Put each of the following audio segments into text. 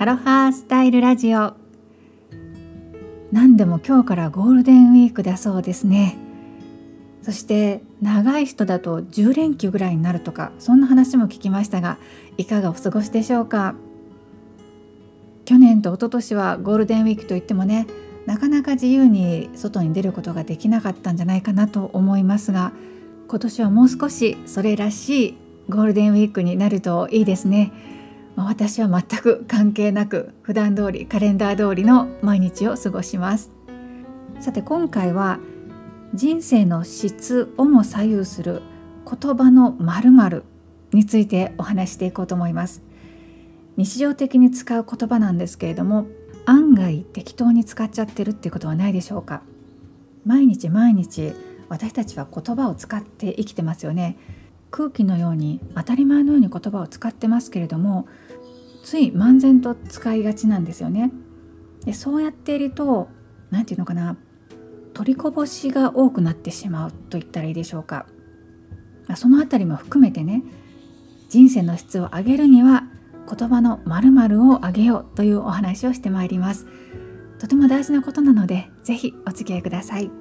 アロハスタイルラジオ。何でも今日からゴールデンウィークだそうですね。そして長い人だと10連休ぐらいになるとか、そんな話も聞きましたが、いかがお過ごしでしょうか。去年と一昨年はゴールデンウィークといってもね、なかなか自由に外に出ることができなかったんじゃないかなと思いますが、今年はもう少しそれらしいゴールデンウィークになるといいですね。私は全く関係なく普段通りカレンダー通りの毎日を過ごします。さて今回は人生の質をも左右する言葉の〇〇についてお話していこうと思います。日常的に使う言葉なんですけれども、案外適当に使っちゃってるっていうことはないでしょうか。毎日私たちは言葉を使って生きてますよね。空気のように当たり前のように言葉を使ってますけれども、つい漫然と使いがちなんですよね。でそうやっていると、なんていうのかな、取りこぼしが多くなってしまうと言ったらいいでしょうか。そのあたりも含めてね、人生の質を上げるには言葉の〇〇を上げようというお話をしてまいります。とても大事なことなので、ぜひお付き合いください。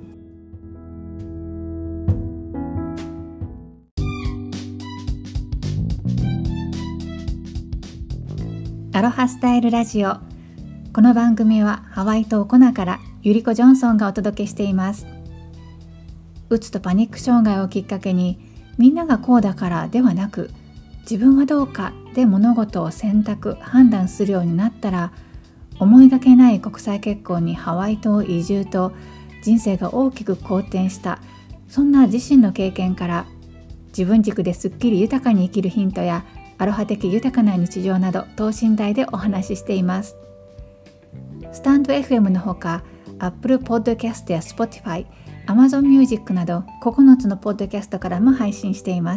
アロハスタイルラジオ。この番組はハワイ島コナからゆりこジョンソンがお届けしています。うつとパニック障害をきっかけに、みんながこうだからではなく、自分はどうかで物事を選択判断するようになったら、思いがけない国際結婚にハワイ島移住と人生が大きく好転した、そんな自身の経験から自分軸ですっきり豊かに生きるヒントやアロハ的豊かな日常など等身大でお話ししています。スタンド FM のほか Apple Podcast や Spotify、Amazon Music など9つのポッドキャストからも配信しています。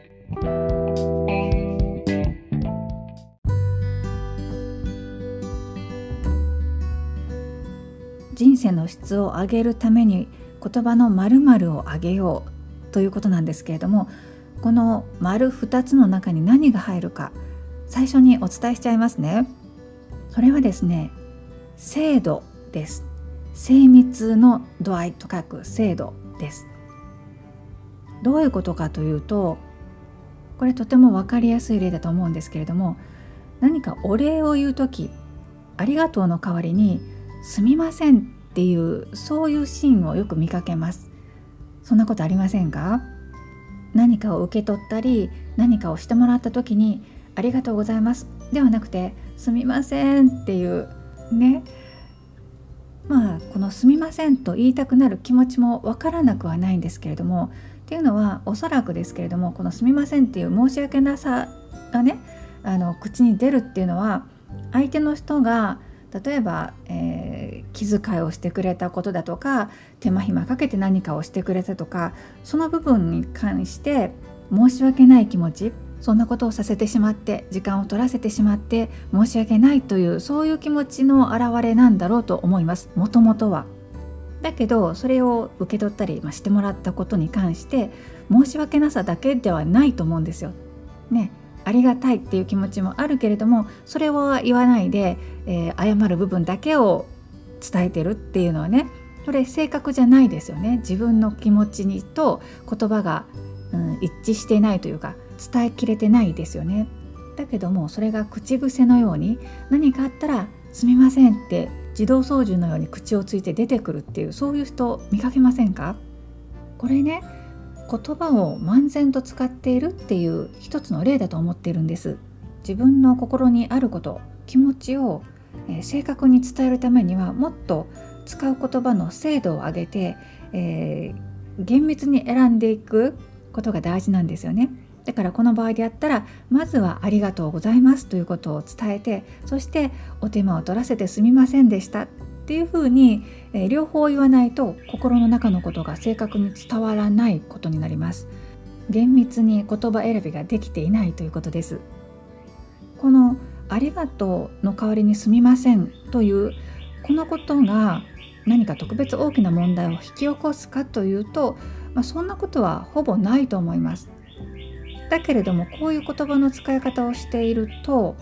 人生の質を上げるために言葉の〇〇を上げようということなんですけれども、この丸2つの中に何が入るか、最初にお伝えしちゃいますね。それはですね、精度です。精密の度合いと書く精度です。どういうことかというと、これとても分かりやすい例だと思うんですけれども、何かお礼を言うとき、ありがとうの代わりにすみませんっていう、そういうシーンをよく見かけます。そんなことありませんか？何かを受け取ったり、何かをしてもらった時にありがとうございますではなくて、すみませんっていうね、このすみませんと言いたくなる気持ちもわからなくはないんですけれども、っていうのはおそらくですけれども、このすみませんっていう申し訳なさがね、口に出るっていうのは、相手の人が例えば、気遣いをしてくれたことだとか、手間暇かけて何かをしてくれたとか、その部分に関して申し訳ない気持ち、そんなことをさせてしまって、時間を取らせてしまって申し訳ないという、そういう気持ちの表れなんだろうと思います。もともとは。だけどそれを受け取ったり、してもらったことに関して申し訳なさだけではないと思うんですよ。ね。ありがたいっていう気持ちもあるけれども、それを言わないで、謝る部分だけを伝えてるっていうのはね、それ正確じゃないですよね。自分の気持ちにと言葉が、一致していないというか、伝えきれてないですよね。だけどもそれが口癖のように、何かあったらすみませんって自動操縦のように口をついて出てくるっていう、そういう人見かけませんか？これね、言葉を漫然と使っているっていう一つの例だと思っているんです。自分の心にあること、気持ちを、正確に伝えるためには、もっと使う言葉の精度を上げて、厳密に選んでいくことが大事なんですよね。だからこの場合であったら、まずはありがとうございますということを伝えて、そしてお手間を取らせてすみませんでしたっていうふうに、両方言わないと心の中のことが正確に伝わらないことになります。厳密に言葉選びができていないということです。このありがとうの代わりにすみませんというこのことが何か特別大きな問題を引き起こすかというと、そんなことはほぼないと思います。だけれども、こういう言葉の使い方をしていると、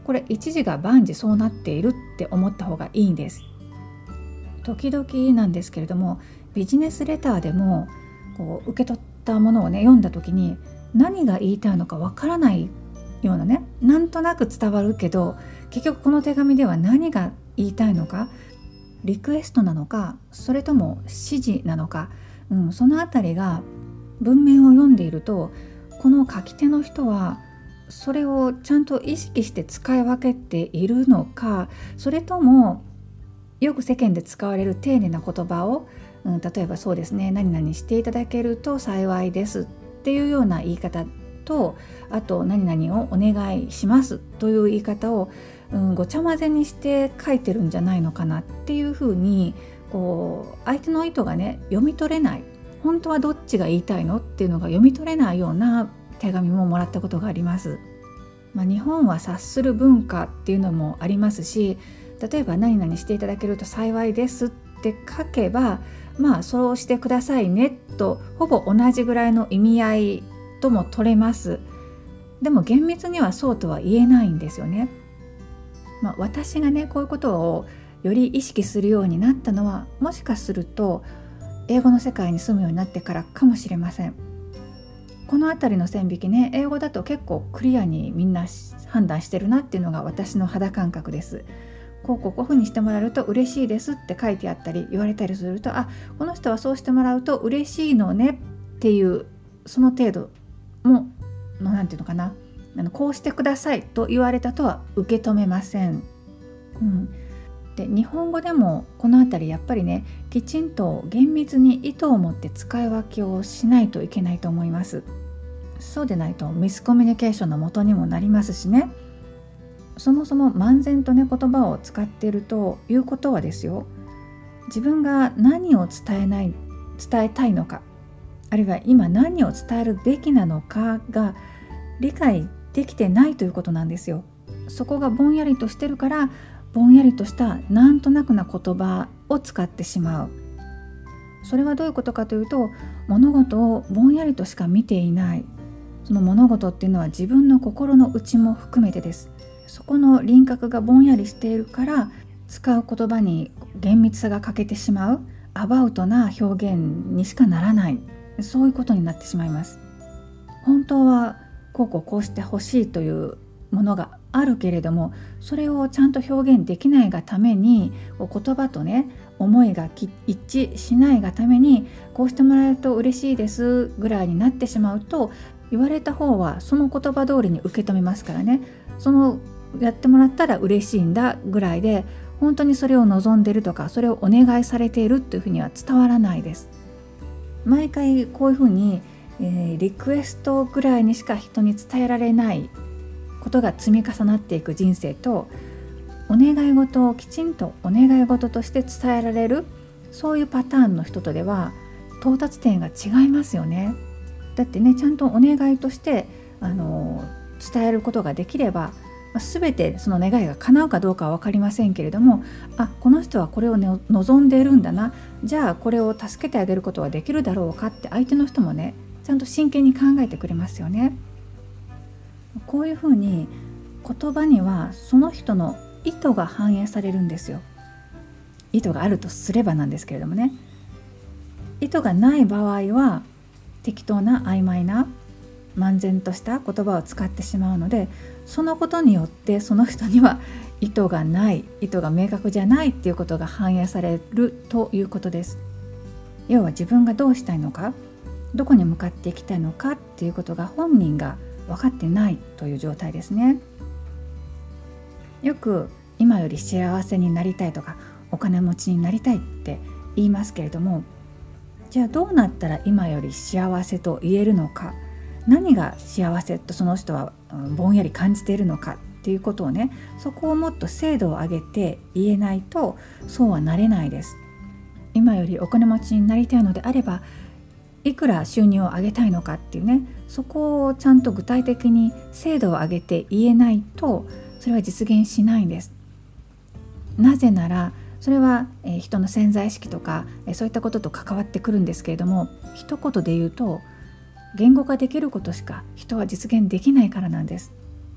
これ一時が万事そうなっているって思った方がいいんです。時々なんですけれども、ビジネスレターでも受け取ったものをね読んだ時に何が言いたいのかわからないようなね、なんとなく伝わるけど結局この手紙では何が言いたいのか、リクエストなのかそれとも指示なのか、そのあたりが文面を読んでいると、この書き手の人はそれをちゃんと意識して使い分けているのか、それともよく世間で使われる丁寧な言葉を、例えばそうですね、何々していただけると幸いですっていうような言い方と、あと何々をお願いしますという言い方を、ごちゃ混ぜにして書いてるんじゃないのかなっていうふうに、相手の意図がね読み取れない、本当はどっちが言いたいのっていうのが読み取れないような手紙ももらったことがあります。日本は察する文化っていうのもありますし、例えば何々していただけると幸いですって書けば、そうしてくださいねとほぼ同じぐらいの意味合いとも取れます。でも厳密にはそうとは言えないんですよね。私がねこういうことをより意識するようになったのは、もしかすると英語の世界に住むようになってからかもしれません。このあたりの線引きね、英語だと結構クリアにみんな判断してるなっていうのが私の肌感覚です。こういうふうにしてもらえると嬉しいですって書いてあったり言われたりすると、この人はそうしてもらうと嬉しいのねっていう、その程度もなんていうのかな、こうしてくださいと言われたとは受け止めません。で日本語でもこのあたりやっぱりね、きちんと厳密に意図を持って使い分けをしないといけないと思います。そうでないとミスコミュニケーションの元にもなりますしね。そもそも漫然とね言葉を使っているということはですよ、自分が何を伝えたいのか、あるいは今何を伝えるべきなのかが理解できてないということなんですよ。そこがぼんやりとしてるから、ぼんやりとしたなんとなくな言葉を使ってしまう。それはどういうことかというと、物事をぼんやりとしか見ていない。その物事っていうのは自分の心の内も含めてです。そこの輪郭がぼんやりしているから、使う言葉に厳密さが欠けてしまう、アバウトな表現にしかならない、そういうことになってしまいます。本当はこうしてほしいというものがあるけれども、それをちゃんと表現できないがために、言葉とね思いが一致しないがために、こうしてもらえると嬉しいですぐらいになってしまうと、言われた方はその言葉通りに受け止めますからね。そのやってもらったら嬉しいんだぐらいで、本当にそれを望んでるとか、それをお願いされているというふうには伝わらないです。毎回こういうふうに、リクエストぐらいにしか人に伝えられないことが積み重なっていく人生と、お願い事をきちんとお願い事として伝えられる、そういうパターンの人とでは到達点が違いますよね。だってね、ちゃんとお願いとして伝えることができれば、全てその願いが叶うかどうかは分かりませんけれども、この人はこれを、望んでいるんだな、じゃあこれを助けてあげることはできるだろうかって、相手の人もねちゃんと真剣に考えてくれますよね。こういうふうに言葉にはその人の意図が反映されるんですよ。意図があるとすればなんですけれどもね。意図がない場合は適当な曖昧な漫然とした言葉を使ってしまうので、そのことによってその人には意図がない、意図が明確じゃないっていうことが反映されるということです。要は自分がどうしたいのか、どこに向かっていきたいのかっていうことが本人が分かってないという状態ですね。よく今より幸せになりたいとかお金持ちになりたいって言いますけれども、じゃあどうなったら今より幸せと言えるのか、何が幸せとその人はぼんやり感じているのかっていうことをね、そこをもっと精度を上げて言えないとそうはなれないです。今よりお金持ちになりたいのであれば、いくら収入を上げたいのかっていうね、そこをちゃんと具体的に精度を上げて言えないと、それは実現しないんです。なぜならそれは人の潜在意識とかそういったことと関わってくるんですけれども、一言で言うと言語化できることしか人は実現できないからなんです。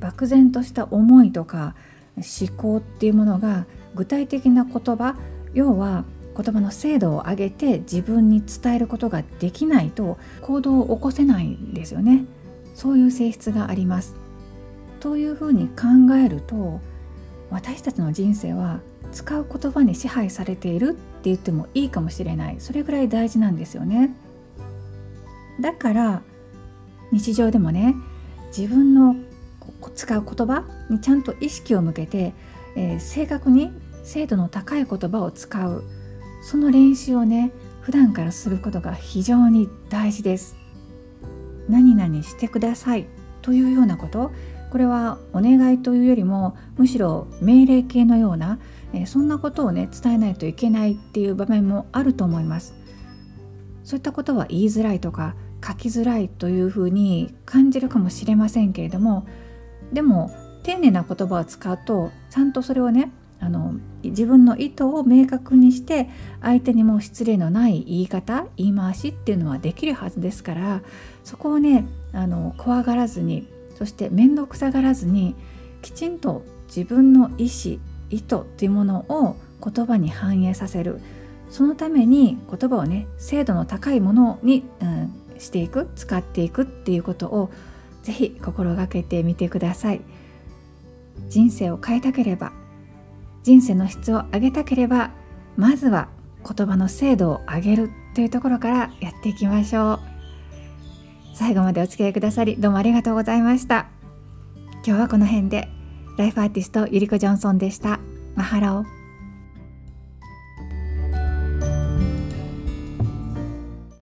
漠然とした思いとか思考っていうものが具体的な言葉、要は言葉の精度を上げて自分に伝えることができないと行動を起こせないんですよね。そういう性質があります。というふうに考えると、私たちの人生は使う言葉に支配されているって言ってもいいかもしれない。それぐらい大事なんですよね。だから日常でもね、自分の使う言葉にちゃんと意識を向けて、正確に精度の高い言葉を使う、その練習をね、普段からすることが非常に大事です。何々してくださいというようなこと、これはお願いというよりもむしろ命令形のような、そんなことをね伝えないといけないっていう場面もあると思います。そういったことは言いづらいとか書きづらいというふうに感じるかもしれませんけれども、でも丁寧な言葉を使うとちゃんとそれをね、自分の意図を明確にして相手にも失礼のない言い方、言い回しっていうのはできるはずですから、そこをね怖がらずに、そして面倒くさがらずに、きちんと自分の意思、意図っていうものを言葉に反映させる。そのために言葉をね精度の高いものに、していく、使っていくっていうことをぜひ心がけてみてください。人生を変えたければ、人生の質を上げたければ、まずは言葉の精度を上げるというところからやっていきましょう。最後までお付き合いくださりどうもありがとうございました。今日はこの辺で。ライフアーティストゆりこジョンソンでした。マハロー。